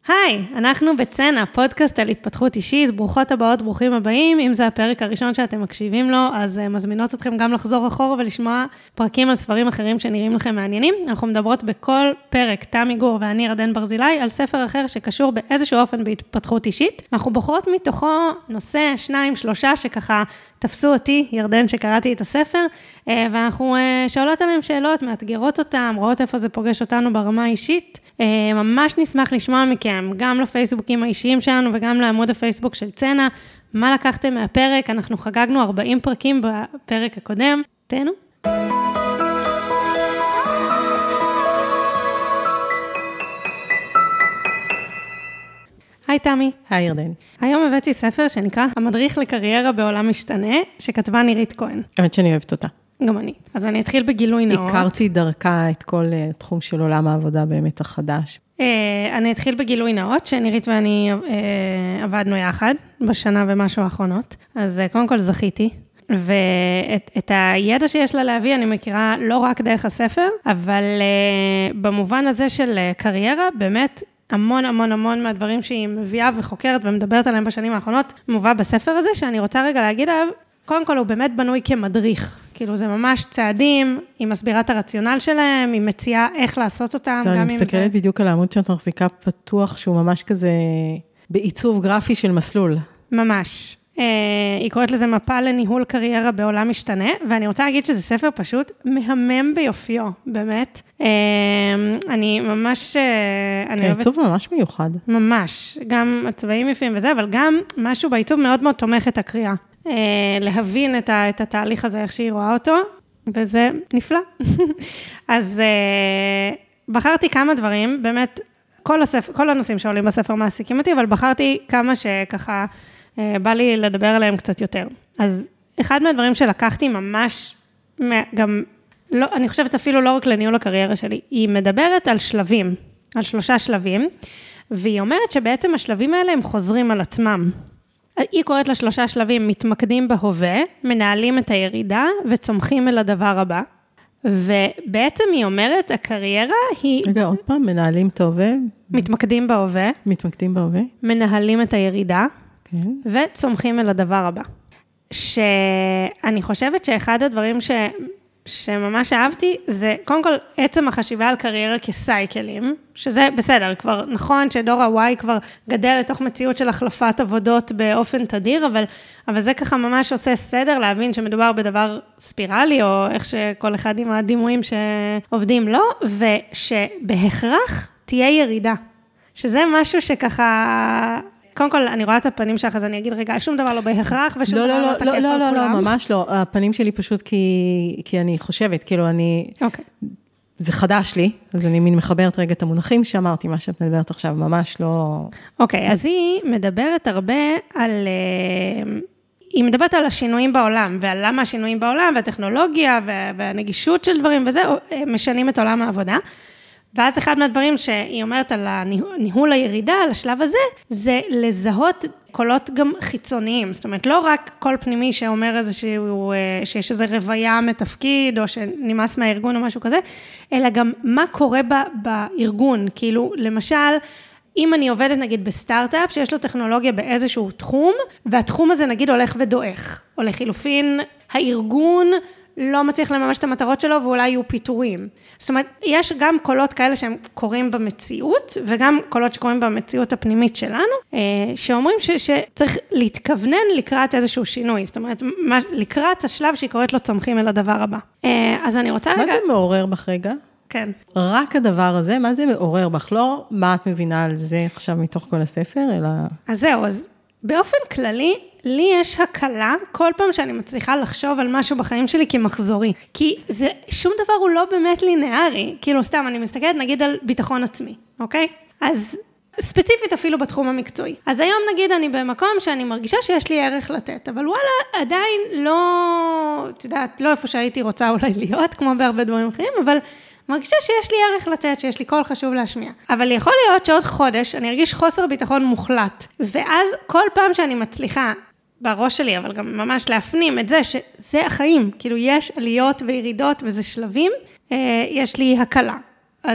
היי, אנחנו בצנע, פודקאסט על התפתחות אישית, ברוכות הבאות, ברוכים הבאים. אם זה הפרק הראשון שאתם מקשיבים לו, אז מזמינות אתכם גם לחזור אחורה ולשמוע פרקים על ספרים אחרים שנראים לכם מעניינים. אנחנו מדברות בכל פרק, תמי גור ואני ירדן ברזילי, על ספר אחר שקשור באיזשהו אופן בהתפתחות אישית. אנחנו בוחרות מתוכו נושא, 2-3 שככה תפסו אותי, ירדן שקראתי את הספר, ואנחנו שואלות עליהם שאלות, מאתגרות אותם, רואות איפה זה פוגש אותנו ברמה האישית. ממש נשמח לשמוע מכם, גם לפייסבוקים האישיים שלנו וגם לעמוד הפייסבוק של צנע, מה לקחתם מהפרק. אנחנו חגגנו 40 פרקים בפרק הקודם. תהנו. היי תמי. היי ירדן. היום הבאתי ספר שנקרא המדריך לקריירה בעולם משתנה, שכתבה נירית כהן. האמת שאני אוהבת אותה. גם אני. אז אני אתחיל בגילוי נאות. הכרתי דרכה את כל תחום של עולם העבודה באמת החדש. אני אתחיל בגילוי נאות, שנירית ואני עבדנו יחד בשנה ומשהו האחרונות. אז קודם כל זכיתי. ואת הידע שיש לה להביא אני מכירה לא רק דרך הספר, אבל במובן הזה של קריירה, באמת המון מהדברים שהיא מביאה וחוקרת ומדברת עליהם בשנים האחרונות, מובא בספר הזה, שאני רוצה רגע להגיד עליו, קודם כל הוא באמת בנוי כמדריך, כאילו זה ממש צעדים, היא מסבירה את הרציונל שלהם, היא מציעה איך לעשות אותם. אני מסתכלת בדיוק על העמוד שאת מחזיקה פתוח, שהוא ממש כזה בעיצוב גרפי של מסלול. ממש. היא קוראת לזה מפה לניהול קריירה בעולם משתנה, ואני רוצה להגיד שזה ספר פשוט מהמם ביופיו, באמת. אני ממש, אני אוהבת... העיצוב ממש מיוחד. ממש, גם הצבעים יפים וזה, אבל גם משהו בעיצוב מאוד מאוד תומך את הקריאה. להבין את התהליך הזה, איך שהיא רואה אותו, וזה נפלא. אז בחרתי כמה דברים, באמת, כל הנושאים שעולים בספר מעסיקים אותי, אבל בחרתי כמה שככה בא לי לדבר עליהם קצת יותר. אז אחד מהדברים שלקחתי ממש, גם, לא, אני חושבת אפילו לא רק לניהול הקריירה שלי, היא מדברת על שלבים, על 3 שלבים, והיא אומרת שבעצם השלבים האלה הם חוזרים על עצמם. היא קוראת ל3 שלבים, מתמקדים בהווה, מנהלים את הירידה וצומחים אל הדבר הבא. ובעצם היא אומרת, הקריירה היא... רגע, עוד פעם, מנהלים את ההווה. מתמקדים בהווה. מתמקדים בהווה. מנהלים את הירידה. כן. וצומחים אל הדבר הבא. שאני חושבת שאחד הדברים שממש אהבתי, זה קודם כל עצם החשיבה על קריירה כסייקלים, שזה בסדר, כבר נכון שדור ה-Y כבר גדל לתוך מציאות של החלפת עבודות באופן תדיר, אבל זה ככה ממש עושה סדר להבין שמדובר בדבר ספירלי, או איך שכל אחד עם הדימויים שעובדים לו, ושבהכרח תהיה ירידה. שזה משהו שככה... קודם כל, אני רואה את הפנים שלך, אז אני אגיד, רגע, שום דבר לא בהכרח, ושום דבר לא תקף על כולם. לא, ממש לא. הפנים שלי פשוט כי אני חושבת, כאילו אני... אוקיי. זה חדש לי, אז אני מחברת רגע את המונחים שאמרתי, מה שאת מדברת עכשיו, ממש לא... אוקיי, אז היא מדברת הרבה על... היא מדברת על השינויים בעולם, ועל למה השינויים בעולם, והטכנולוגיה, והנגישות של דברים, וזה משנים את עולם העבודה. ואז אחד מהדברים שהיא אומרת על ניהול הירידה, על השלב הזה, זה לזהות קולות גם חיצוניים. זאת אומרת, לא רק קול פנימי שאומר שיש איזה רוויה מתפקיד, או שנמאס מהארגון או משהו כזה, אלא גם מה קורה בארגון. כאילו, למשל, אם אני עובדת נגיד בסטארט-אפ, שיש לו טכנולוגיה באיזשהו תחום, והתחום הזה נגיד הולך ודועך, או לחילופין, הארגון לא מצליח לממש את המטרות שלו, ואולי יהיו פיתורים. זאת אומרת, יש גם קולות כאלה שהם קוראים במציאות, וגם קולות שקוראים במציאות הפנימית שלנו, שאומרים שצריך להתכוונן לקראת איזשהו שינוי. זאת אומרת, לקראת השלב שהיא קוראת לו צומחים אל הדבר הבא. אז אני רוצה רגע... מה זה מעורר בך רגע? כן. רק הדבר הזה, מה זה מעורר בך? לא מה את מבינה על זה עכשיו מתוך כל הספר, אלא... אז זהו, אז באופן כללי, לי יש הקלה כל פעם שאני מצליחה לחשוב על משהו בחיים שלי כמחזורי. כי זה, שום דבר הוא לא באמת לינארי. כאילו, סתם, אני מסתכלת נגיד על ביטחון עצמי, אוקיי? אז ספציפית אפילו בתחום המקצועי. אז היום נגיד אני במקום שאני מרגישה שיש לי ערך לתת, אבל וואלה, עדיין לא, את יודעת, לא איפה שהייתי רוצה אולי להיות, כמו בהרבה דברים אחרים, אבל מרגישה שיש לי ערך לתת, שיש לי קול חשוב להשמיע. אבל יכול להיות שעוד חודש אני ארגיש חוסר ביטחון מוחלט, ואז כל פעם שאני מצליחה, בראש שלי, אבל גם ממש להפנים את זה, שזה החיים, כאילו יש עליות וירידות וזה שלבים, יש לי הקלה. אז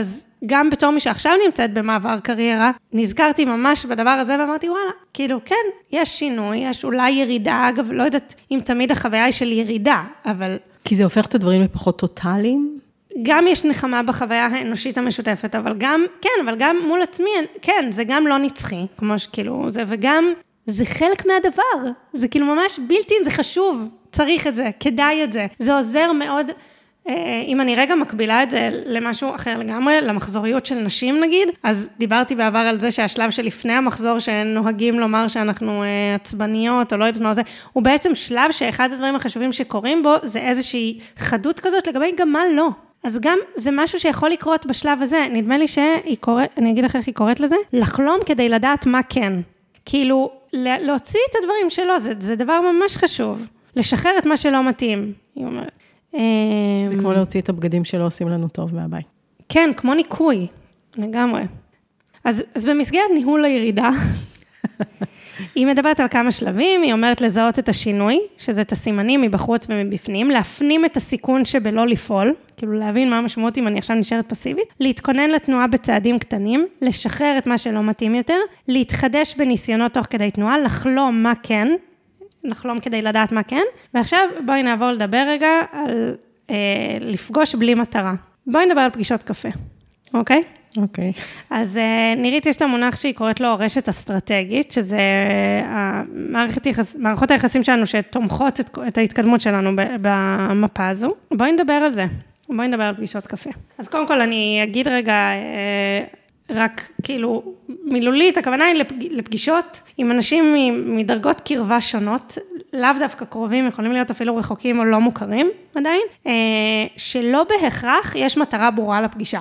גם בתור מי שעכשיו נמצאת במעבר קריירה, נזכרתי ממש בדבר הזה, ואמרתי, וואלה, כאילו, כן, יש שינוי, יש אולי ירידה, אגב, לא יודעת אם תמיד החוויה היא של ירידה, אבל... כי זה הופך את הדברים לפחות טוטליים? גם יש נחמה בחוויה האנושית המשותפת, אבל גם, כן, אבל גם מול עצמי, כן, זה גם לא נצחי, כמו שכאילו זה, וגם זה חלק מהדבר, זה כאילו ממש בלתי, זה חשוב, צריך את זה, כדאי את זה, זה עוזר מאוד, אם אני רגע מקבילה את זה למשהו אחר לגמרי, למחזוריות של נשים נגיד, אז דיברתי בעבר על זה שהשלב שלפני המחזור שנוהגים לומר שאנחנו עצבניות או לא יודעת מה זה, הוא בעצם שלב שאחד הדברים החשובים שקורים בו, זה איזושהי חדות כזאת לגבי גם מה לא. אז גם זה משהו שיכול לקרות בשלב הזה, נדמה לי שהיא קוראת, אני אגיד לך איך היא קוראת לזה, לחלום כדי לדעת מה כן. כאילו, להוציא את הדברים שלו, זה דבר ממש חשוב. לשחרר את מה שלא מתאים, היא אומרת. זה כמו להוציא את הבגדים שלא עושים לנו טוב מהבית. כן, כמו ניקוי, לגמרי. אז במסגרת ניהול הירידה, היא מדברת על כמה שלבים, היא אומרת לזהות את השינוי, שזה את הסימנים מבחוץ ומבפנים, להפנים את הסיכון שבלא לפעול, כאילו להבין מה המשמעות אם אני עכשיו נשארת פסיבית, להתכונן לתנועה בצעדים קטנים, לשחרר את מה שלא מתאים יותר, להתחדש בניסיונות תוך כדי תנועה, לחלום מה כן, לחלום כדי לדעת מה כן, ועכשיו בואי נעבור לדבר רגע על לפגוש בלי מטרה. בואי נדבר על פגישות קפה, אוקיי? אוקיי. אז נירית יש את המונח שהיא קוראת לו רשת אסטרטגית, שזה מערכות היחסים שלנו שתומכות את ההתקדמות שלנו במפה הזו. בואי נדבר על זה, בואי נדבר על פגישות קפה. אז קודם כל אני אגיד רגע, רק כאילו מילולית, הכוונה היא לפגישות עם אנשים מדרגות קרבה שונות, לאו דווקא קרובים, יכולים להיות אפילו רחוקים או לא מוכרים עדיין, שלא בהכרח יש מטרה ברורה לפגישה.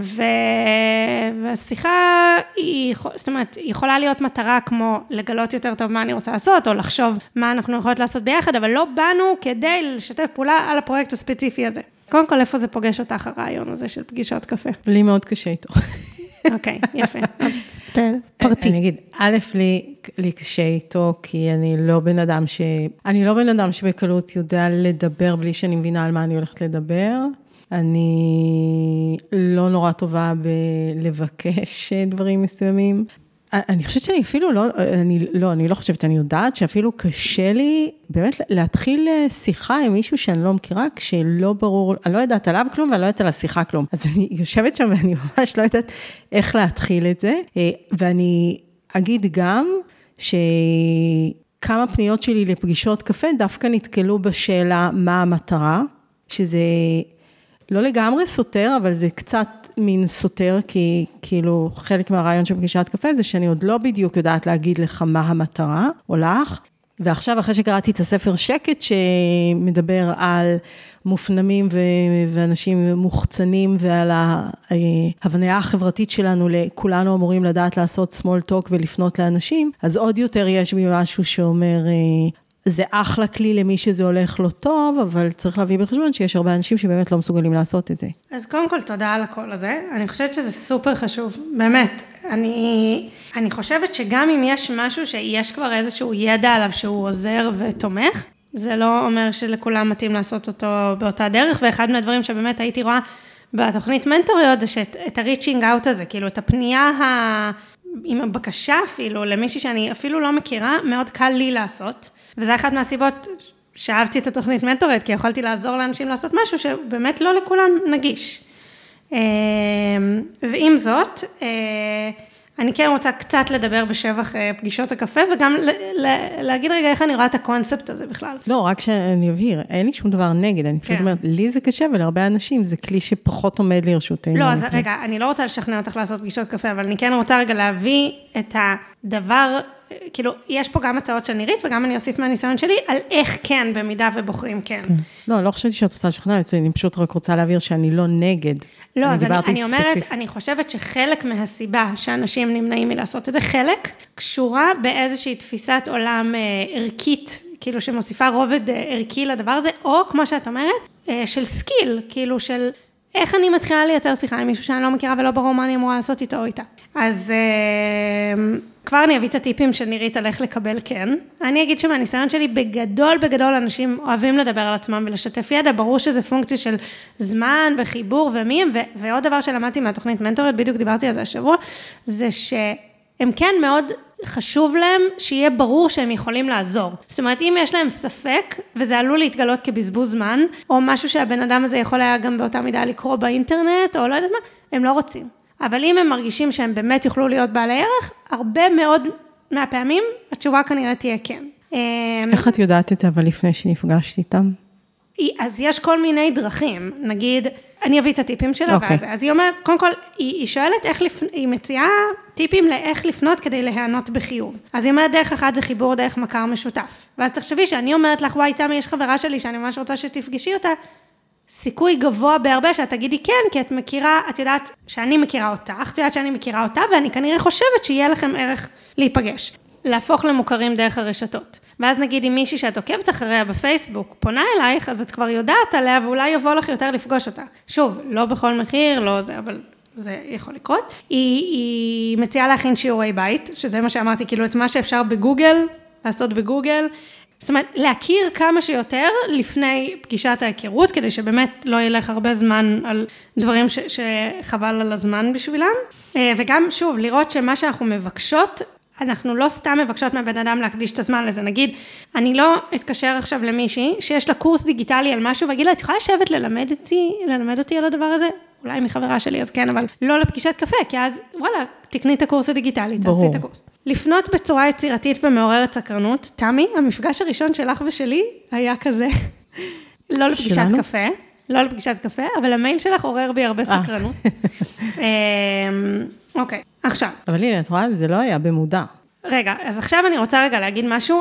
והשיחה היא, זאת אומרת, יכולה להיות מטרה כמו לגלות יותר טוב מה אני רוצה לעשות, או לחשוב מה אנחנו יכולות לעשות ביחד, אבל לא באנו כדי לשתף פעולה על הפרויקט הספציפי הזה. קודם כל, איפה זה פוגש אותך הרעיון הזה של פגישות קפה? לי מאוד קשה איתו. אוקיי, יפה. אז פרטי. אני אגיד, א', לי קשה איתו, כי אני לא בן אדם שבקלות יודע לדבר בלי שאני מבינה על מה אני הולכת לדבר. אני לא נורא טובה בלבקש דברים מסוימים. אני חושבת שאני אפילו אני לא חושבת, אני יודעת שאפילו קשה לי באמת להתחיל שיחה עם מישהו שאני לא מכירה, כשלא ברור, אני לא יודעת עליו כלום, ואני לא יודעת על השיחה כלום. אז אני יושבת שם ואני ממש לא יודעת איך להתחיל את זה, ואני אגיד גם שכמה פניות שלי לפגישות קפה, דווקא נתקלו בשאלה מה המטרה, שזה לא לגמרי סותר, אבל זה קצת מין סותר, כי כאילו חלק מהרעיון של פגישת קפה זה שאני עוד לא בדיוק יודעת להגיד לך מה המטרה, או לך. ועכשיו אחרי שקראתי את הספר שקט שמדבר על מופנמים ואנשים מוחצנים ועל ההבניה החברתית שלנו, לכולנו אמורים לדעת לעשות small talk ולפנות לאנשים, אז עוד יותר יש בי משהו שאומר, זה אחלה כלי למי שזה הולך לא טוב, אבל צריך להביא בחשבון שיש הרבה אנשים שבאמת לא מסוגלים לעשות את זה. אז קודם כל תודה על הכל הזה, אני חושבת שזה סופר חשוב, באמת, אני חושבת שגם אם יש משהו שיש כבר איזשהו ידע עליו שהוא עוזר ותומך, זה לא אומר שלכולם מתאים לעשות אותו באותה דרך, ואחד מהדברים שבאמת הייתי רואה בתוכנית מנטוריות, זה שאת ה-reaching out הזה, כאילו את הפנייה עם הבקשה אפילו, למישהי שאני אפילו לא מכירה, מאוד קל לי לעשות, וזה אחת מהסיבות שאהבתי את התוכנית מנטורית, כי יכולתי לעזור לאנשים לעשות משהו שבאמת לא לכולם נגיש. ועם זאת, אני כן רוצה קצת לדבר בשבח פגישות הקפה, וגם להגיד רגע איך אני רואה את הקונספט הזה בכלל. לא, רק שאני אבהיר, אין לי שום דבר נגד, אני פשוט אומרת, לי זה קשה, ולהרבה אנשים זה כלי שפחות עומד לרשותנו. לא, אז רגע, אני לא רוצה לשכנע אותך לעשות פגישות קפה, אבל אני כן רוצה רגע להביא את הדבר, כאילו, יש פה גם הצעות של נירית, וגם אני אוסיף מהניסיון שלי, על איך כן, במידה ובוחרים כן. לא, לא חשבתי שאת רוצה לשכנע, אני פשוט רק רוצה להבהיר שאני לא נגד. לא, אז אני אומרת, אני חושבת שחלק מהסיבה שאנשים נמנעים מלעשות את זה, חלק קשורה באיזושהי תפיסת עולם ערכית, כאילו שמוסיפה רובד ערכי לדבר הזה, או כמו שאת אומרת, של סקיל, כאילו של איך אני מתחילה לייצר שיחה עם מישהו שאני לא מכירה ולא ברור מה אני אמורה לעשות איתו או איתה. אז כבר אני אביא את הטיפים של נירית על איך לקבל כן. אני אגיד שמהניסיון שלי בגדול, אנשים אוהבים לדבר על עצמם ולשתף ידע, ברור שזה פונקציה של זמן וחיבור ומים, ועוד דבר שלמדתי מהתוכנית מנטורית, בדיוק דיברתי על זה השבוע, זה שהם כן מאוד חשוב להם שיהיה ברור שהם יכולים לעזור. זאת אומרת, אם יש להם ספק, וזה עלול להתגלות כבזבוז זמן, או משהו שהבן אדם הזה יכול היה גם באותה מידה לקרוא באינטרנט, או לא יודעת מה, הם לא רוצים. אבל אם הם מרגישים שהם באמת יוכלו להיות בעלי ערך, הרבה מאוד מהפעמים, התשובה כנראה תהיה כן. איך את יודעת את זה, אבל לפני שנפגשת איתם? אז יש כל מיני דרכים, נגיד, אני אביא את הטיפים שלה, אז היא אומרת, קודם כל, היא שואלת היא מציעה טיפים לאיך לפנות כדי להיענות בחיוב. אז היא אומרת, דרך אחת זה חיבור דרך מכר משותף. ואז תחשבי שאני אומרת לך, וואי, תמי, יש חברה שלי שאני ממש רוצה שתפגשי אותה, סיכוי גבוה בהרבה שאת תגידי כן, כי את מכירה, את יודעת שאני מכירה אותך, את יודעת שאני מכירה אותה, ואני כנראה חושבת שיהיה לכם ערך להיפגש. להפוך למוכרים דרך הרשתות. ואז נגיד, אם מישהי שאת עוקבת אחריה בפייסבוק פונה אלייך, אז את כבר יודעת עליה, ואולי יבוא לך יותר לפגוש אותה. שוב, לא בכל מחיר, לא זה, אבל זה יכול לקרות. היא מציעה להכין שיעורי בית, שזה מה שאמרתי, כאילו את מה שאפשר בגוגל, לעשות בגוגל, זאת אומרת, להכיר כמה שיותר לפני פגישת ההיכרות, כדי שבאמת לא ילך הרבה זמן על דברים שחבל על הזמן בשבילם. וגם, שוב, לראות שמה שאנחנו מבקשות, אנחנו לא סתם מבקשות מהבן אדם להקדיש את הזמן לזה. נגיד, אני לא אתקשר עכשיו למישהי שיש לה קורס דיגיטלי על משהו, ואגיד לה, את יכולה לשבת ללמד אותי על הדבר הזה? אולי מחברה שלי, אז כן, אבל לא לפגישת קפה, כי אז, וואלה, תקני את הקורס הדיגיטלי, תעשי את הקורס. לפנות בצורה יצירתית ומעוררת סקרנות. תמי, המפגש הראשון שלך ושלי היה כזה, לא לפגישת קפה, אבל המייל שלך עורר בי הרבה סקרנות. אוקיי, עכשיו. אבל הנה, את רואה, זה לא היה במודע. רגע, אז עכשיו אני רוצה להגיד משהו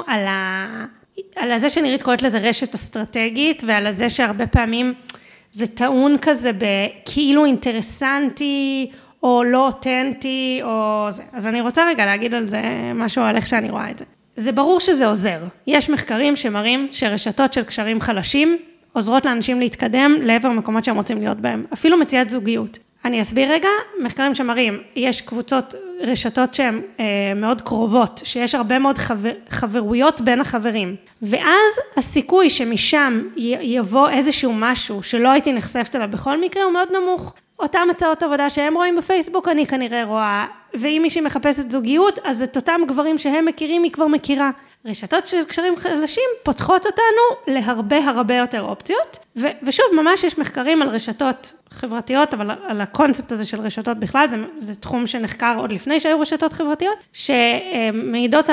על זה שנירית קוראת לזה רשת אסטרטגית, ועל זה שהרבה פעמים זה טעון כזה בכאילו אינטרסנטי, או לא אותנטי, או זה. אז אני רוצה להגיד על זה משהו על איך שאני רואה את זה. זה ברור שזה עוזר. יש מחקרים שמראים שרשתות של קשרים חלשים, עוזרות לאנשים להתקדם לעבר מקומות שהם רוצים להיות בהם. אפילו מציאת זוגיות. אני אסביר רגע, מחקרים שמראים, יש קבוצות, רשתות שהן מאוד קרובות, שיש הרבה מאוד חברויות בין החברים, ואז הסיכוי שמשם יבוא איזשהו משהו שלא הייתי נחשפת אליו בכל מקרה, הוא מאוד נמוך. אותם הצעות עבודה שהם רואים בפייסבוק, אני כנראה רואה, ואם מישהי מחפשת זוגיות, אז את אותם גברים שהם מכירים, היא כבר מכירה. רשתות של קשרים חלשים פותחות אותנו להרבה יותר אופציות, ושוב, ממש יש מחקרים על רשתות חברתיות, אבל על הקונספט הזה של רשתות בכלל, זה תחום שנחקר עוד לפני שהיו רשתות חברתיות, שמעידות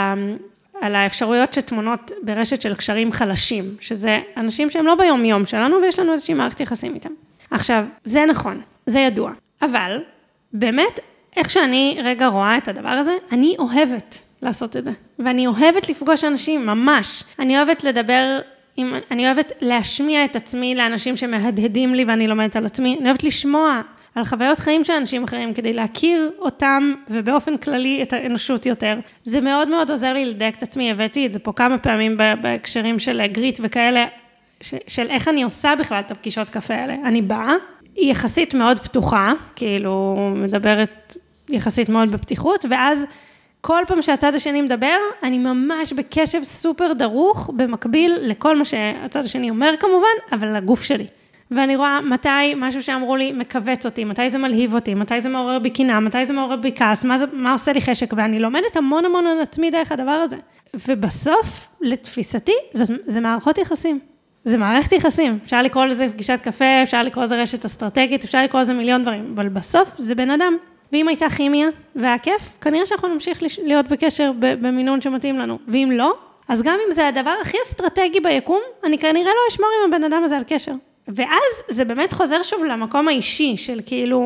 על האפשרויות שתמונות ברשת של קשרים חלשים, שזה אנשים שהם לא ביום יום שלנו, ויש לנו איזושהי מערכת יחסים איתם. עכשיו, זה נכון, זה ידוע, אבל באמת, איך שאני רגע רואה את הדבר הזה, אני אוהבת לעשות את זה, ואני אוהבת לפגוש אנשים, ממש. אני אוהבת לדבר, אני אוהבת להשמיע את עצמי לאנשים שמהדהדים לי ואני לומדת על עצמי, אני אוהבת לשמוע על חוויות חיים של אנשים אחרים, כדי להכיר אותם ובאופן כללי את האנושות יותר. זה מאוד מאוד עוזר לי לדייק את עצמי, הבאתי את זה פה כמה פעמים בהקשרים של גריט וכאלה, של איך אני עושה בכלל את הפגישות קפה האלה. אני באה, היא יחסית מאוד פתוחה, כאילו מדברת יחסית מאוד בפתיחות, ואז כל פעם שהצד השני מדבר, אני ממש בקשב סופר דרוך, במקביל לכל מה שהצד השני אומר כמובן, אבל לגוף שלי. ואני רואה מתי משהו שאמרו לי מקווץ אותי, מתי זה מלהיב אותי, מתי זה מעורר בי קינה, מתי זה מעורר בי כעס, מה עושה לי חשק, ואני לומדת המון על עצמי דרך הדבר הזה. ובסוף, לתפיסתי, זה מערכות יחסים. זה מערכת יחסים. אפשר לקרוא לזה פגישת קפה, אפשר לקרוא לזה רשת אסטרטגית, אפשר לקרוא לזה מיליון דברים, אבל בסוף זה בן אדם. ואם הייתה כימיה והכיף, כנראה שאנחנו נמשיך להיות בקשר במינון שמתאים לנו. ואם לא, אז גם אם זה הדבר הכי אסטרטגי ביקום, אני כנראה לא אשמור עם הבן אדם הזה על קשר. ואז זה באמת חוזר שוב למקום האישי של כאילו,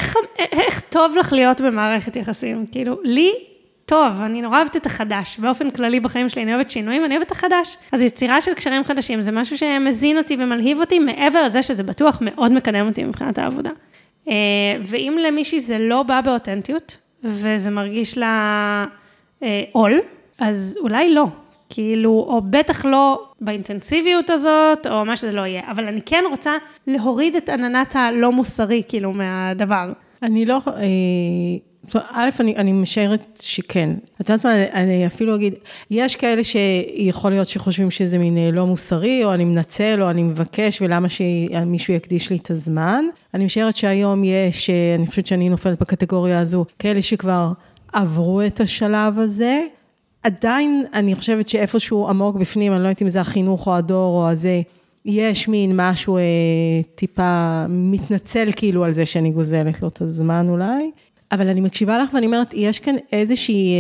איך טוב לך להיות במערכת יחסים? כאילו, לי טוב, אני נורא אוהבת את החדש. באופן כללי בחיים שלי, אני אוהבת שינויים, אני אוהבת את החדש. אז יצירה של קשרים חדשים, זה משהו שמזין אותי ומלהיב אותי, מעבר לזה שזה בטוח מאוד מקדם אותי מבחינת העבודה. ואם למישהי זה לא בא באותנטיות, וזה מרגיש לה עול, אז אולי לא. כאילו, או בטח לא באינטנסיביות הזאת, או מה שזה לא יהיה. אבל אני כן רוצה להוריד את עננת הלא מוסרי, כאילו, מהדבר. אני לא, א', אני משערת שכן. את יודעת מה, אני אפילו אגיד, יש כאלה שיכול להיות שחושבים שזה מין לא מוסרי, או אני מנצל, או אני מבקש, ולמה שמישהו יקדיש לי את הזמן. אני משערת שהיום יש, אני חושבת שאני נופלת בקטגוריה הזו, כאלה שכבר עברו את השלב הזה. עדיין אני חושבת שאיפשהו עמוק בפנים, אני לא יודעת אם זה החינוך או הדור או הזה, יש מין משהו טיפה מתנצל כאילו על זה שאני גוזלת לו את הזמן אולי. אבל אני מקשיבה לך ואני אומרת, יש כאן איזושהי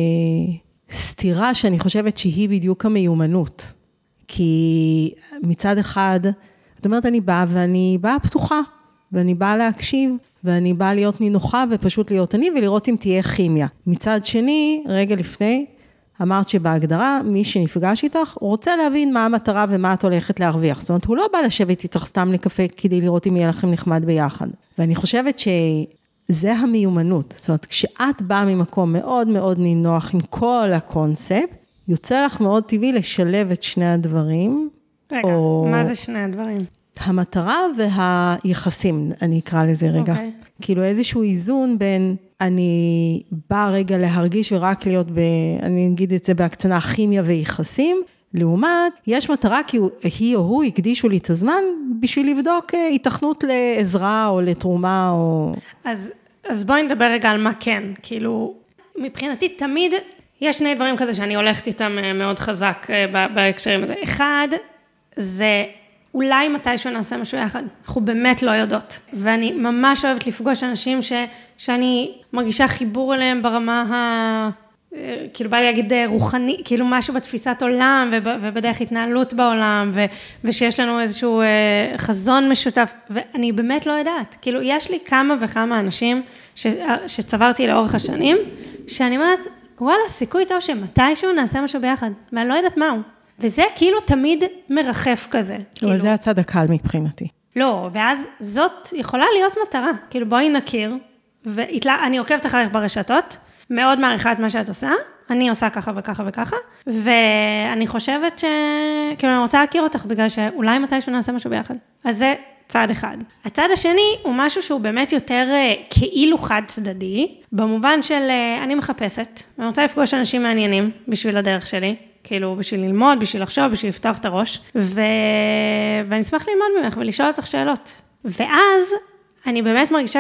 סתירה שאני חושבת שהיא בדיוק המיומנות. כי מצד אחד, את אומרת, אני באה ואני באה פתוחה, ואני באה להקשיב, ואני באה להיות נינוחה ופשוט להיות אני, ולראות אם תהיה כימיה. מצד שני, רגע לפני, אמרת שבהגדרה, מי שנפגש איתך, הוא רוצה להבין מה המטרה ומה את הולכת להרוויח. זאת אומרת, הוא לא בא לשבת איתך סתם לקפה, כדי לראות אם יהיה לכם נחמד ביחד. ואני חושבת זה המיומנות, זאת אומרת, כשאת באה ממקום מאוד מאוד נינוח עם כל הקונספט, יוצא לך מאוד טבעי לשלב את שני הדברים. רגע, מה זה שני הדברים? המטרה והיחסים, אני אקרא לזה רגע. כאילו איזשהו איזון בין, אני באה רגע להרגיש ורק להיות אני אגיד את זה בהקצנה, כימיה ויחסים, לעומת, יש מטרה כי היא או הוא הקדישו לי את הזמן, בשביל לבדוק התכנות לעזרה או לתרומה או... אז בואי נדבר רגע על מה כן, כאילו, מבחינתי תמיד יש שני דברים כזה שאני הולכת איתם מאוד חזק בהקשרים הזה. אחד, זה אולי מתישהו נעשה משהו יחד, אנחנו באמת לא יודעות, ואני ממש אוהבת לפגוש אנשים שאני מרגישה חיבור אליהם ברמה כאילו בא לי להגיד רוחני, כאילו משהו בתפיסת עולם ובדרך התנהלות בעולם, ושיש לנו איזשהו חזון משותף, ואני באמת לא יודעת. כאילו יש לי כמה וכמה אנשים שצברתי לאורך השנים, שאני אומרת, וואלה, סיכוי טוב שמתישהו נעשה משהו ביחד, ואני לא יודעת מהו. וזה כאילו תמיד מרחף כזה. אבל זה הצד הקל מבחינתי. לא, ואז זאת יכולה להיות מטרה. כאילו בואי נכיר, ואני עוקבת אחריך ברשתות, מאוד מעריכה את מה שאת עושה, אני עושה ככה וככה וככה, ואני חושבת כאילו אני רוצה להכיר אותך, בגלל שאולי מתישהו נעשה משהו ביחד. אז זה צעד אחד. הצעד השני הוא משהו שהוא באמת יותר כאילו חד צדדי, במובן של אני מחפשת, אני רוצה לפגוש אנשים מעניינים בשביל הדרך שלי, כאילו בשביל ללמוד, בשביל לחשוב, בשביל לפתוח את הראש, ואני אשמח ללמוד ממך ולשאול אותך שאלות. ואז אני באמת מרגישה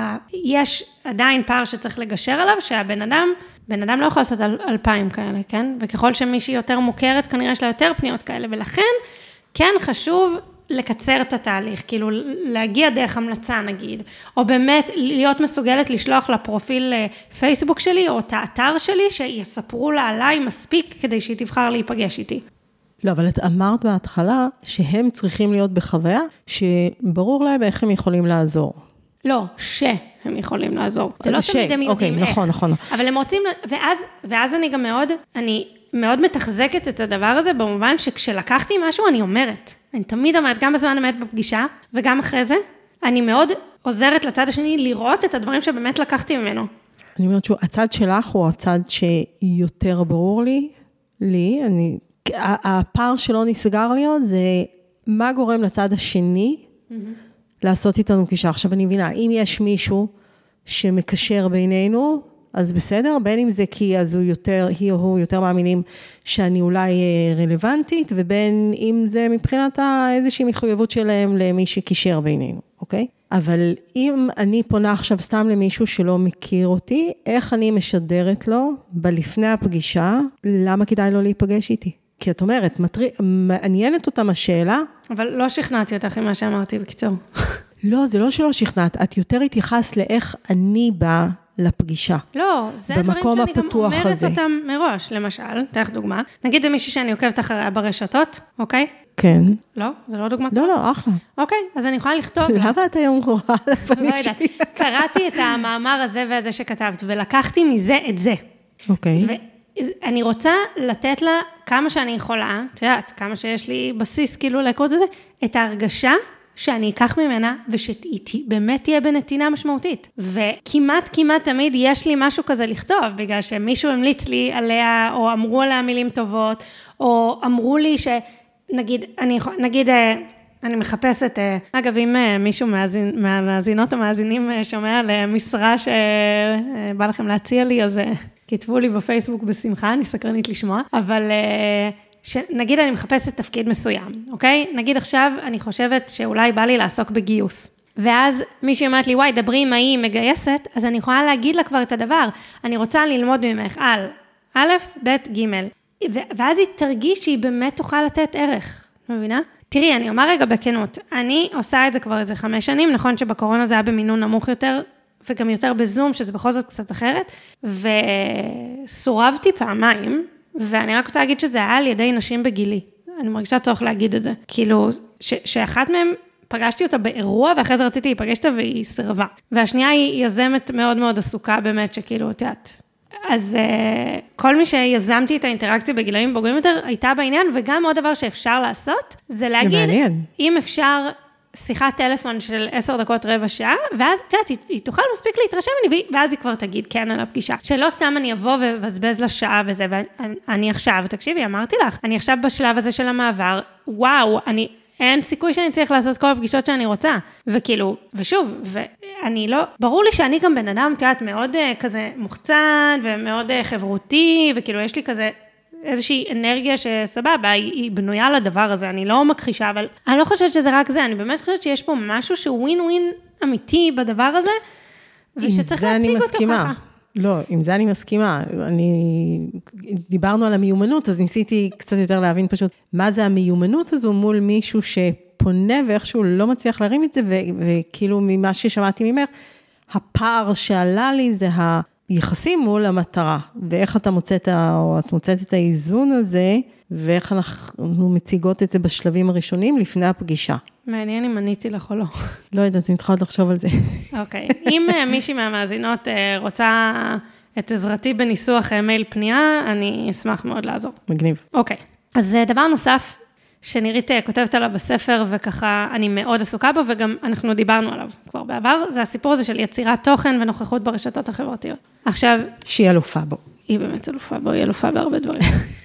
שיש עדיין פער שצריך לגשר עליו, שהבן אדם לא יכול לעשות 2,000 כאלה, כן? וככל שמישהי יותר מוכרת, כנראה יש לה יותר פניות כאלה, ולכן כן חשוב לקצר את התהליך, כאילו להגיע דרך המלצה נגיד, או באמת להיות מסוגלת לשלוח לפרופיל פייסבוק שלי, או את האתר שלי, שיספרו לה עליי מספיק, כדי שהיא תבחר להיפגש איתי. לא, אבל את אמרת בהתחלה, שהם צריכים להיות בחוויה, שברור להם איך הם יכולים לעזור. לא, שהם יכולים לעזור. זה לא תמיד הם יודעים איך. נכון. אבל הם רוצים, ואז אני גם מאוד מתחזקת את הדבר הזה, במובן שכשלקחתי משהו, אני אומרת. אני תמיד אומרת, גם בזמן אמת בפגישה, וגם אחרי זה, אני מאוד עוזרת לצד השני לראות את הדברים שבאמת לקחתי ממנו. אני אומרת שהצד שלך הוא הצד שיותר ברור לי, הפער שלא נסגר לי עוד, זה מה גורם לצד השני לעשות איתנו פגישה. עכשיו אני מבינה, אם יש מישהו שמקשר בינינו, אז בסדר, בין אם זה כי אז היא או הוא יותר מאמינים שאני אולי רלוונטית, ובין אם זה מבחינת איזושהי מחויבות שלהם למי שקישר בינינו, אוקיי? אבל אם אני פונה עכשיו סתם למישהו שלא מכיר אותי, איך אני משדרת לו בלפני הפגישה, למה כדאי לו להיפגש איתי? כי את אומרת, מעניינת אותם השאלה. אבל לא שכנעתי אותך עם מה שאמרתי בקיצור. לא, זה לא שלא שכנעת, את יותר התייחס לאיך אני באה לפגישה. לא, זה דברים שאני גם אומרת אותם מראש, למשל, תלך דוגמה. נגיד זה מישהי שאני עוקבת אחריה ברשתות, אוקיי? כן. לא? זה לא דוגמה? לא, אחלה. אוקיי, אז אני יכולה לכתוב. למה את היום רואה על הפנים שלי? קראתי את המאמר הזה והזה שכתבת, ולקחתי מזה את זה. אוקיי. ואני רוצה לתת לה כמה שאני יכולה, את יודעת, כמה שיש לי בסיס כאילו להכרות את זה, את ההרגשה שאני אקח ממנה, ושהיא באמת תהיה בנתינה משמעותית. וכמעט תמיד יש לי משהו כזה לכתוב, בגלל שמישהו המליץ לי עליה, או אמרו עליה מילים טובות, או אמרו לי שנגיד, נגיד, אני מחפשת, אגב, אם מישהו מהמאזינות או מאזינים שומע על משרה שבא לכם להציע לי, אז כתבו לי בפייסבוק בשמחה, אני סקרנית לשמוע, אבל נגיד אני מחפשת תפקיד מסוים, אוקיי? נגיד עכשיו אני חושבת שאולי בא לי לעסוק בגיוס. ואז מישהי אומרת לי, וואי, דברי עם היא מגייסת, אז אני יכולה להגיד לה כבר את הדבר. אני רוצה ללמוד ממך על א', ב', ג', ואז היא תרגיש שהיא באמת תוכל לתת ערך, מבינה? תראי, אני אומר רגע בכנות, אני עושה את זה כבר איזה 5 שנים, נכון שבקורונה זה היה במינון נמוך יותר, וגם יותר בזום, שזה בכל זאת קצת אחרת, וסורבתי פעמיים, ואני רק רוצה להגיד שזה היה על ידי נשים בגילי. אני מרגישה צורך להגיד את זה. כאילו, שאחת מהם, פגשתי אותה באירוע, ואחרי זה רציתי להיפגש אותה והיא סרבה. והשנייה היא יזמת מאוד מאוד עסוקה באמת, שכאילו, תיאת. אז כל מי שיזמתי את האינטראקציה בגילאים בוגרים יותר, הייתה בעניין, וגם עוד דבר שאפשר לעשות, זה להגיד, אם אפשר שיחת טלפון של 10 דקות רבע שעה, ואז, תיאת, היא תוכל מספיק להתרשם ממני, ואז היא כבר תגיד כן על הפגישה. שלא סתם אני אבוא ובזבז לה שעה וזה, ואני עכשיו, תקשיבי, אמרתי לך, אני עכשיו בשלב הזה של המעבר, וואו, אין סיכוי שאני צריך לעשות כל הפגישות שאני רוצה, וכאילו, ושוב, ואני לא, ברור לי שאני גם בן אדם, תיאת, מאוד כזה מוחצן, ומאוד חברותי, וכאילו יש לי כזה איזושהי אנרגיה שסבבה, היא בנויה לדבר הזה, אני לא מכחישה, אבל אני לא חושבת שזה רק זה, אני באמת חושבת שיש פה משהו שהוא ווין ווין אמיתי בדבר הזה, ושצריך להציג אותו ככה. לא, עם זה אני מסכימה. דיברנו על המיומנות, אז ניסיתי קצת יותר להבין פשוט מה זה המיומנות הזו מול מישהו שפונה ואיכשהו לא מצליח להרים את זה, וכאילו ממה ששמעתי ממך, הפער שעלה לי זה היחסים מול המטרה, ואיך אתה מוצאת, או את מוצאת את האיזון הזה, ואיך אנחנו מציגות את זה בשלבים הראשונים לפני הפגישה. מעניין אם עניתי לך או לא. לא יודעת, אני צריכה עוד לחשוב על זה. אוקיי. אם מישהי מהמאזינות רוצה את עזרתי בניסוח מייל פנייה, אני אשמח מאוד לעזור. מגניב. אוקיי. אז דבר נוסף, שנירית כותבת עליו בספר, וככה אני מאוד עסוקה בו, וגם אנחנו דיברנו עליו כבר בעבר, זה הסיפור הזה של יצירת תוכן ונוכחות ברשתות החברתיות. עכשיו... שהיא אלופה בו. היא באמת אלופה בו, היא אלופה בהרבה דברים.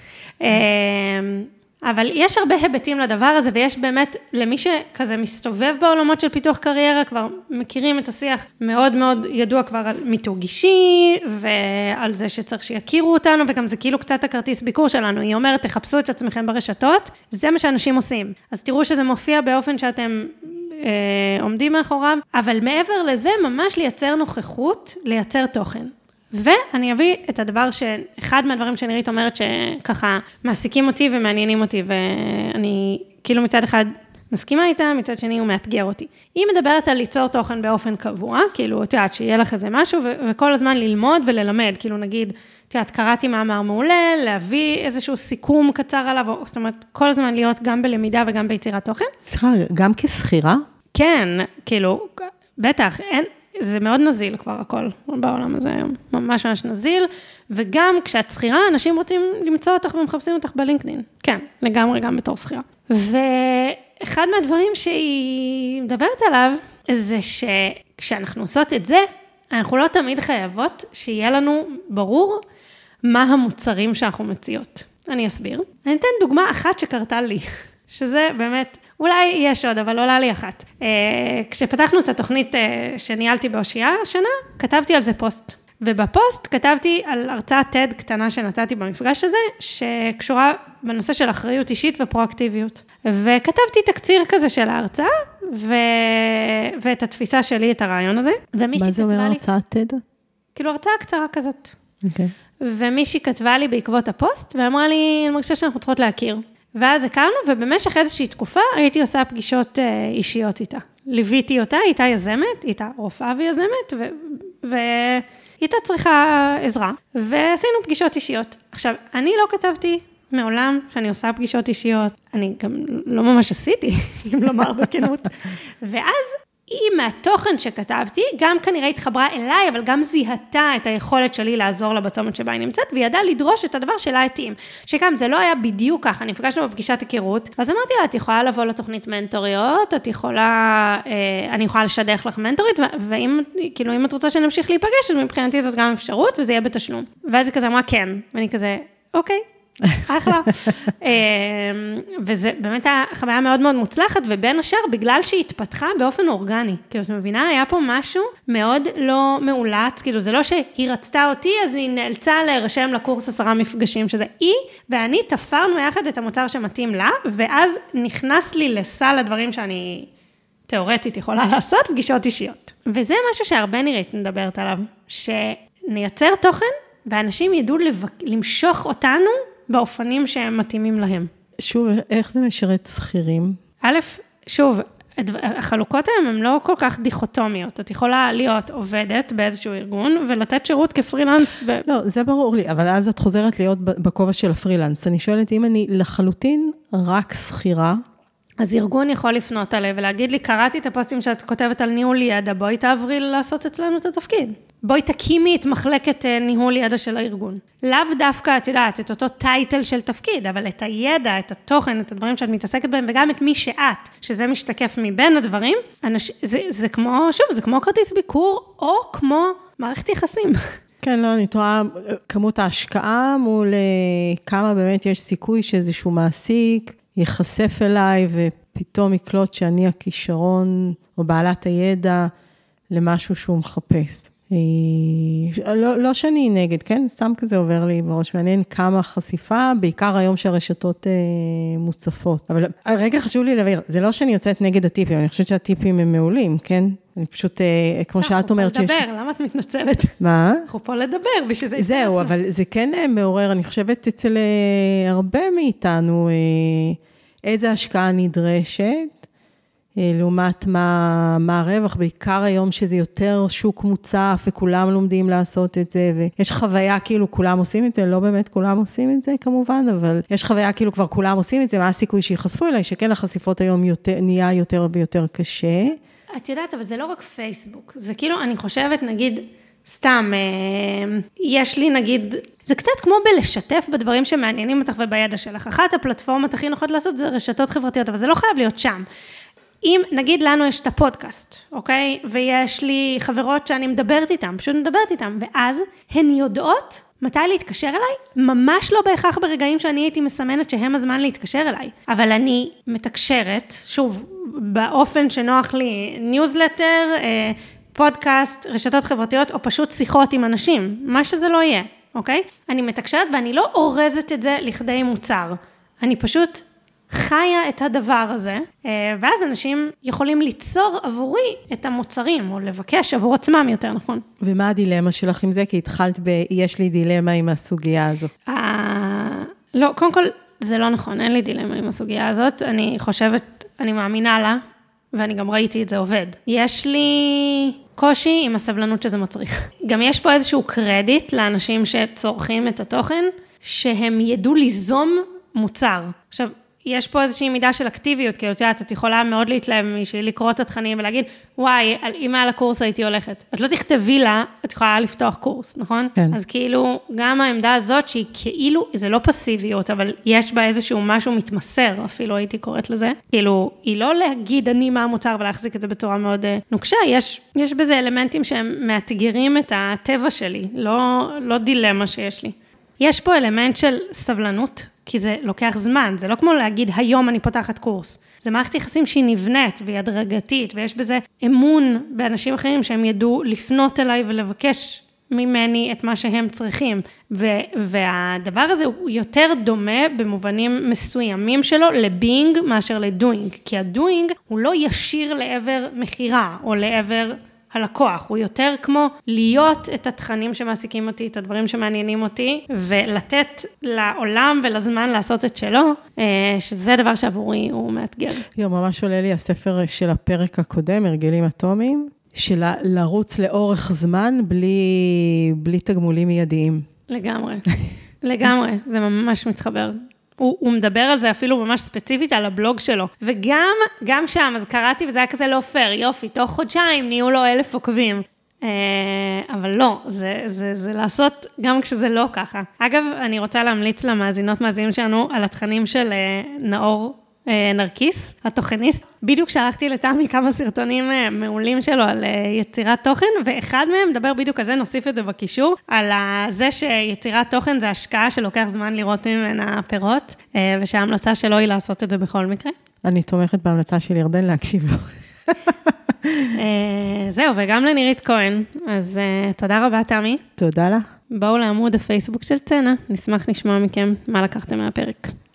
אבל יש הרבה היבטים לדבר הזה, ויש באמת, למי שכזה מסתובב בעולמות של פיתוח קריירה, כבר מכירים את השיח מאוד מאוד ידוע כבר על מיתוג אישי, ועל זה שצריך שיכירו אותנו, וגם זה כאילו קצת הכרטיס ביקור שלנו, היא אומרת, תחפשו את עצמכם ברשתות, זה מה שאנשים עושים. אז תראו שזה מופיע באופן שאתם עומדים מאחוריו, אבל מעבר לזה, ממש לייצר נוכחות, לייצר תוכן. ואני אביא את הדבר אחד מהדברים שנירית אומרת שככה מעסיקים אותי ומעניינים אותי, ואני כאילו מצד אחד מסכימה איתה, מצד שני הוא מאתגר אותי. היא מדברת על ליצור תוכן באופן קבוע, כאילו, תיאת, שיהיה לך איזה משהו, וכל הזמן ללמוד וללמד, כאילו נגיד, תיאת, קראתי מאמר מעולה, להביא איזשהו סיכום קצר עליו, זאת אומרת, כל הזמן להיות גם בלמידה וגם ביצירת תוכן. סליחה, גם כסחירה? כן, כאילו, בטח, זה מאוד נזיל כבר הכל בעולם הזה היום, ממש ממש נזיל, וגם כשאת שכירה, אנשים רוצים למצוא אותך ומחפשים אותך בלינקדין. כן, לגמרי גם בתור שכירה. ואחד מהדברים שהיא מדברת עליו, זה שכשאנחנו עושות את זה, אנחנו לא תמיד חייבות שיהיה לנו ברור מה המוצרים שאנחנו מציעות. אני אסביר. אני אתן דוגמה אחת שקרתה לי, שזה באמת... אולי יש עוד, אבל עולה לי אחת. כשפתחנו את התוכנית שניהלתי באושייה השנה, כתבתי על זה פוסט. ובפוסט כתבתי על הרצאת TED קטנה שנתתי במפגש הזה, שקשורה בנושא של אחריות אישית ופרואקטיביות. וכתבתי תקציר כזה של ההרצאה, ואת התפיסה שלי, את הרעיון הזה. מה זה אומר הרצאת TED? כאילו הרצאה קצרה כזאת. אוקיי. ומישהי כתבה לי בעקבות הפוסט, ואמרה לי, אני מרגישה שאנחנו צריכות להכיר. ואז הכרנו, ובמשך איזושהי תקופה הייתי עושה פגישות אישיות איתה. ליוויתי אותה, הייתה יזמת, הייתה רופאה ויזמת, והיא הייתה צריכה עזרה, ועשינו פגישות אישיות. עכשיו, אני לא כתבתי מעולם שאני עושה פגישות אישיות, אני גם לא ממש עשיתי, אם לומר בכנות. ואז היא מהתוכן שכתבתי, גם כנראה התחברה אליי, אבל גם זיהתה את היכולת שלי לעזור לה בצומת שבה היא נמצאת, וידעה לדרוש את הדבר שלה התאים. שגם זה לא היה בדיוק ככה, נפגשנו בפגישת היכרות, אז אמרתי לה, את יכולה לבוא לתוכנית מנטוריות, אני יכולה לשדך לך מנטורית, ואם, כאילו, אם את רוצה שנמשיך להיפגש, אז מבחינתי זאת גם אפשרות, וזה יהיה בתשלום. ואז היא כזה אמרה, כן. ואני כזה, אוקיי. אחלה. וזה באמת חוויה מאוד מאוד מוצלחת, ובין השאר, בגלל שהיא התפתחה באופן אורגני. כאילו, את מבינה, היה פה משהו מאוד לא מאולץ, כאילו, זה לא שהיא רצתה אותי, אז היא נאלצה להירשם לקורס 10 מפגשים, שזה היא, ואני תפרנו יחד את המוצר שמתאים לה, ואז נכנס לי לסל הדברים שאני תיאורטית יכולה לעשות, פגישות אישיות. וזה משהו שהרבה נראית מדברת עליו, שנייצר תוכן, ואנשים ידעו למשוך אותנו באופנים שהם מתאימים להם. שוב, איך זה משרת שכירים? שוב, החלוקות היום הן לא כל כך דיכוטומיות. את יכולה להיות עובדת באיזשהו ארגון, ולתת שירות כפרילנס. לא, זה ברור לי, אבל אז את חוזרת להיות בכובע של הפרילנס. אני שואלת, אם אני לחלוטין רק שכירה, אז ארגון יכול לפנות עליי ולהגיד לי, קראתי את הפוסטים שאת כותבת על ניהול ידע, בואי תעברי לעשות אצלנו את התפקיד. בואי תקימי את מחלקת ניהול ידע של הארגון. לאו דווקא, את יודעת, את אותו טייטל של תפקיד, אבל את הידע, את התוכן, את הדברים שאת מתעסקת בהם, וגם את מי שאת, שזה משתקף מבין הדברים, זה כמו, שוב, זה כמו כרטיס ביקור, או כמו מערכת יחסים. כן, לא, אני תוהה כמות ההשקעה מול כמה באמת יש סיכוי שאיזשהו מעסיק ייחשף אליי, ופתאום יקלוט שאני הכישרון, או בעלת הידע, למשהו שהוא מחפש. לא שאני נגד, כן? סתם כזה עובר לי בראש, מעניין כמה חשיפה, בעיקר היום שהרשתות מוצפות. אבל רגע חשוב לי להבהיר, זה לא שאני יוצאת נגד הטיפים, אני חושבת שהטיפים הם מעולים, כן? אני פשוט, כמו שאת אומרת שיש... אנחנו פה לדבר, למה את מתנצלת? מה? אנחנו פה לדבר, בשביל זה... זהו, אבל זה כן מעורר, אני חושבת אצל הרבה מאיתנו, איזה השקעה נדרשת, לעומת מה הרווח, בעיקר היום שזה יותר שוק מוצף, וכולם לומדים לעשות את זה, ויש חוויה כאילו כולם עושים את זה, לא באמת כולם עושים את זה כמובן, אבל יש חוויה כאילו כבר כולם עושים את זה, מה הסיכוי שיחשפו אליי, שכן החשיפות היום נהיה יותר ויותר קשה. את יודעת, אבל זה לא רק פייסבוק, זה כאילו, אני חושבת, נגיד, סתם, יש לי נגיד, זה קצת כמו בלשתף בדברים שמעניינים אותך ובידע שלך. אחת הפלטפורמות הכי נוחות לעשות זה רשתות חברתיות, אבל זה לא חייב להיות שם. אם נגיד לנו יש את הפודקאסט, אוקיי? ויש לי חברות שאני מדברת איתן, פשוט מדברת איתן, ואז הן יודעות מתי להתקשר אליי, ממש לא בהכרח ברגעים שאני הייתי מסמנת שהם הזמן להתקשר אליי, אבל אני מתקשרת, שוב, באופן שנוח לי, ניוזלטר, פודקאסט, רשתות חברתיות, או פשוט שיחות עם אנשים, מה שזה לא יהיה, אוקיי? אני מתקשרת ואני לא אורזת את זה לכדי מוצר, אני פשוט חיה את הדבר הזה, ואז אנשים יכולים ליצור עבורי את המוצרים, או לבקש עבור עצמם יותר, נכון? ומה הדילמה שלך עם זה? כי התחלת יש לי דילמה עם הסוגיה הזאת. לא, קודם כל, זה לא נכון, אין לי דילמה עם הסוגיה הזאת, אני חושבת, אני מאמינה לה, ואני גם ראיתי את זה עובד. יש לי קושי עם הסבלנות שזה מצריך. גם יש פה איזשהו קרדיט לאנשים שצורכים את התוכן, שהם ידעו ליזום מוצר. עכשיו, יש פה איזושהי מידה של אקטיביות, כי את יכולה מאוד להתלהב מישהי, לקרוא את התכנים ולהגיד, וואי, אם היה לקורס הייתי הולכת. את לא תכתבי לה, את יכולה לפתוח קורס, נכון? כן. אז כאילו, גם העמדה הזאת, שהיא כאילו, זה לא פסיביות, אבל יש בה איזשהו משהו מתמסר, אפילו הייתי קוראת לזה. כאילו, היא לא להגיד אני מה המוצר, ולהחזיק את זה בצורה מאוד נוקשה, יש בזה אלמנטים שהם מאתגרים את הטבע שלי, לא דילמה שיש לי. יש פה אלמנט של סבלנות, כי זה לוקח זמן, זה לא כמו להגיד, היום אני פותחת קורס. זה מערכת יחסים שהיא נבנית והיא הדרגתית, ויש בזה אמון באנשים אחרים שהם ידעו לפנות אליי ולבקש ממני את מה שהם צריכים. והדבר הזה הוא יותר דומה במובנים מסוימים שלו לביינג מאשר לדוינג, כי הדוינג הוא לא ישיר לעבר מחירה או לעבר הלקוח, הוא יותר כמו להיות את התכנים שמעסיקים אותי, את הדברים שמעניינים אותי, ולתת לעולם ולזמן לעשות את שלו, שזה דבר שעבורי הוא מאתגר. ממש עולה לי הספר של הפרק הקודם, הרגלים אטומיים, של לרוץ לאורך זמן בלי תגמולים מיידיים. לגמרי, לגמרי, זה ממש מתחבר. הוא מדבר על זה אפילו ממש ספציפית על הבלוג שלו, וגם שם, אז קראתי וזה היה כזה לא פייר, יופי, תוך חודשיים נהיו לו 1,000 עוקבים, אבל לא, זה לעשות גם כשזה לא ככה. אגב, אני רוצה להמליץ למאזינות מאזינים שלנו על התכנים של נאור נרקיס, התוכניסט. בדיוק שלחתי לתמי כמה סרטונים מעולים שלו על יצירת תוכן, ואחד מהם מדבר בדיוק על זה, נוסיף את זה בקישור, על זה שיצירת תוכן זה השקעה שלוקח זמן לראות ממנה פירות, ושההמלצה שלו היא לעשות את זה בכל מקרה. אני תומכת בהמלצה של ירדן להקשיב לו. זהו, וגם לנירית כהן, אז תודה רבה, תמי. תודה לה. בואו לעמוד הפייסבוק של צנע, נשמח לשמוע מכם מה לקחתם מהפרק.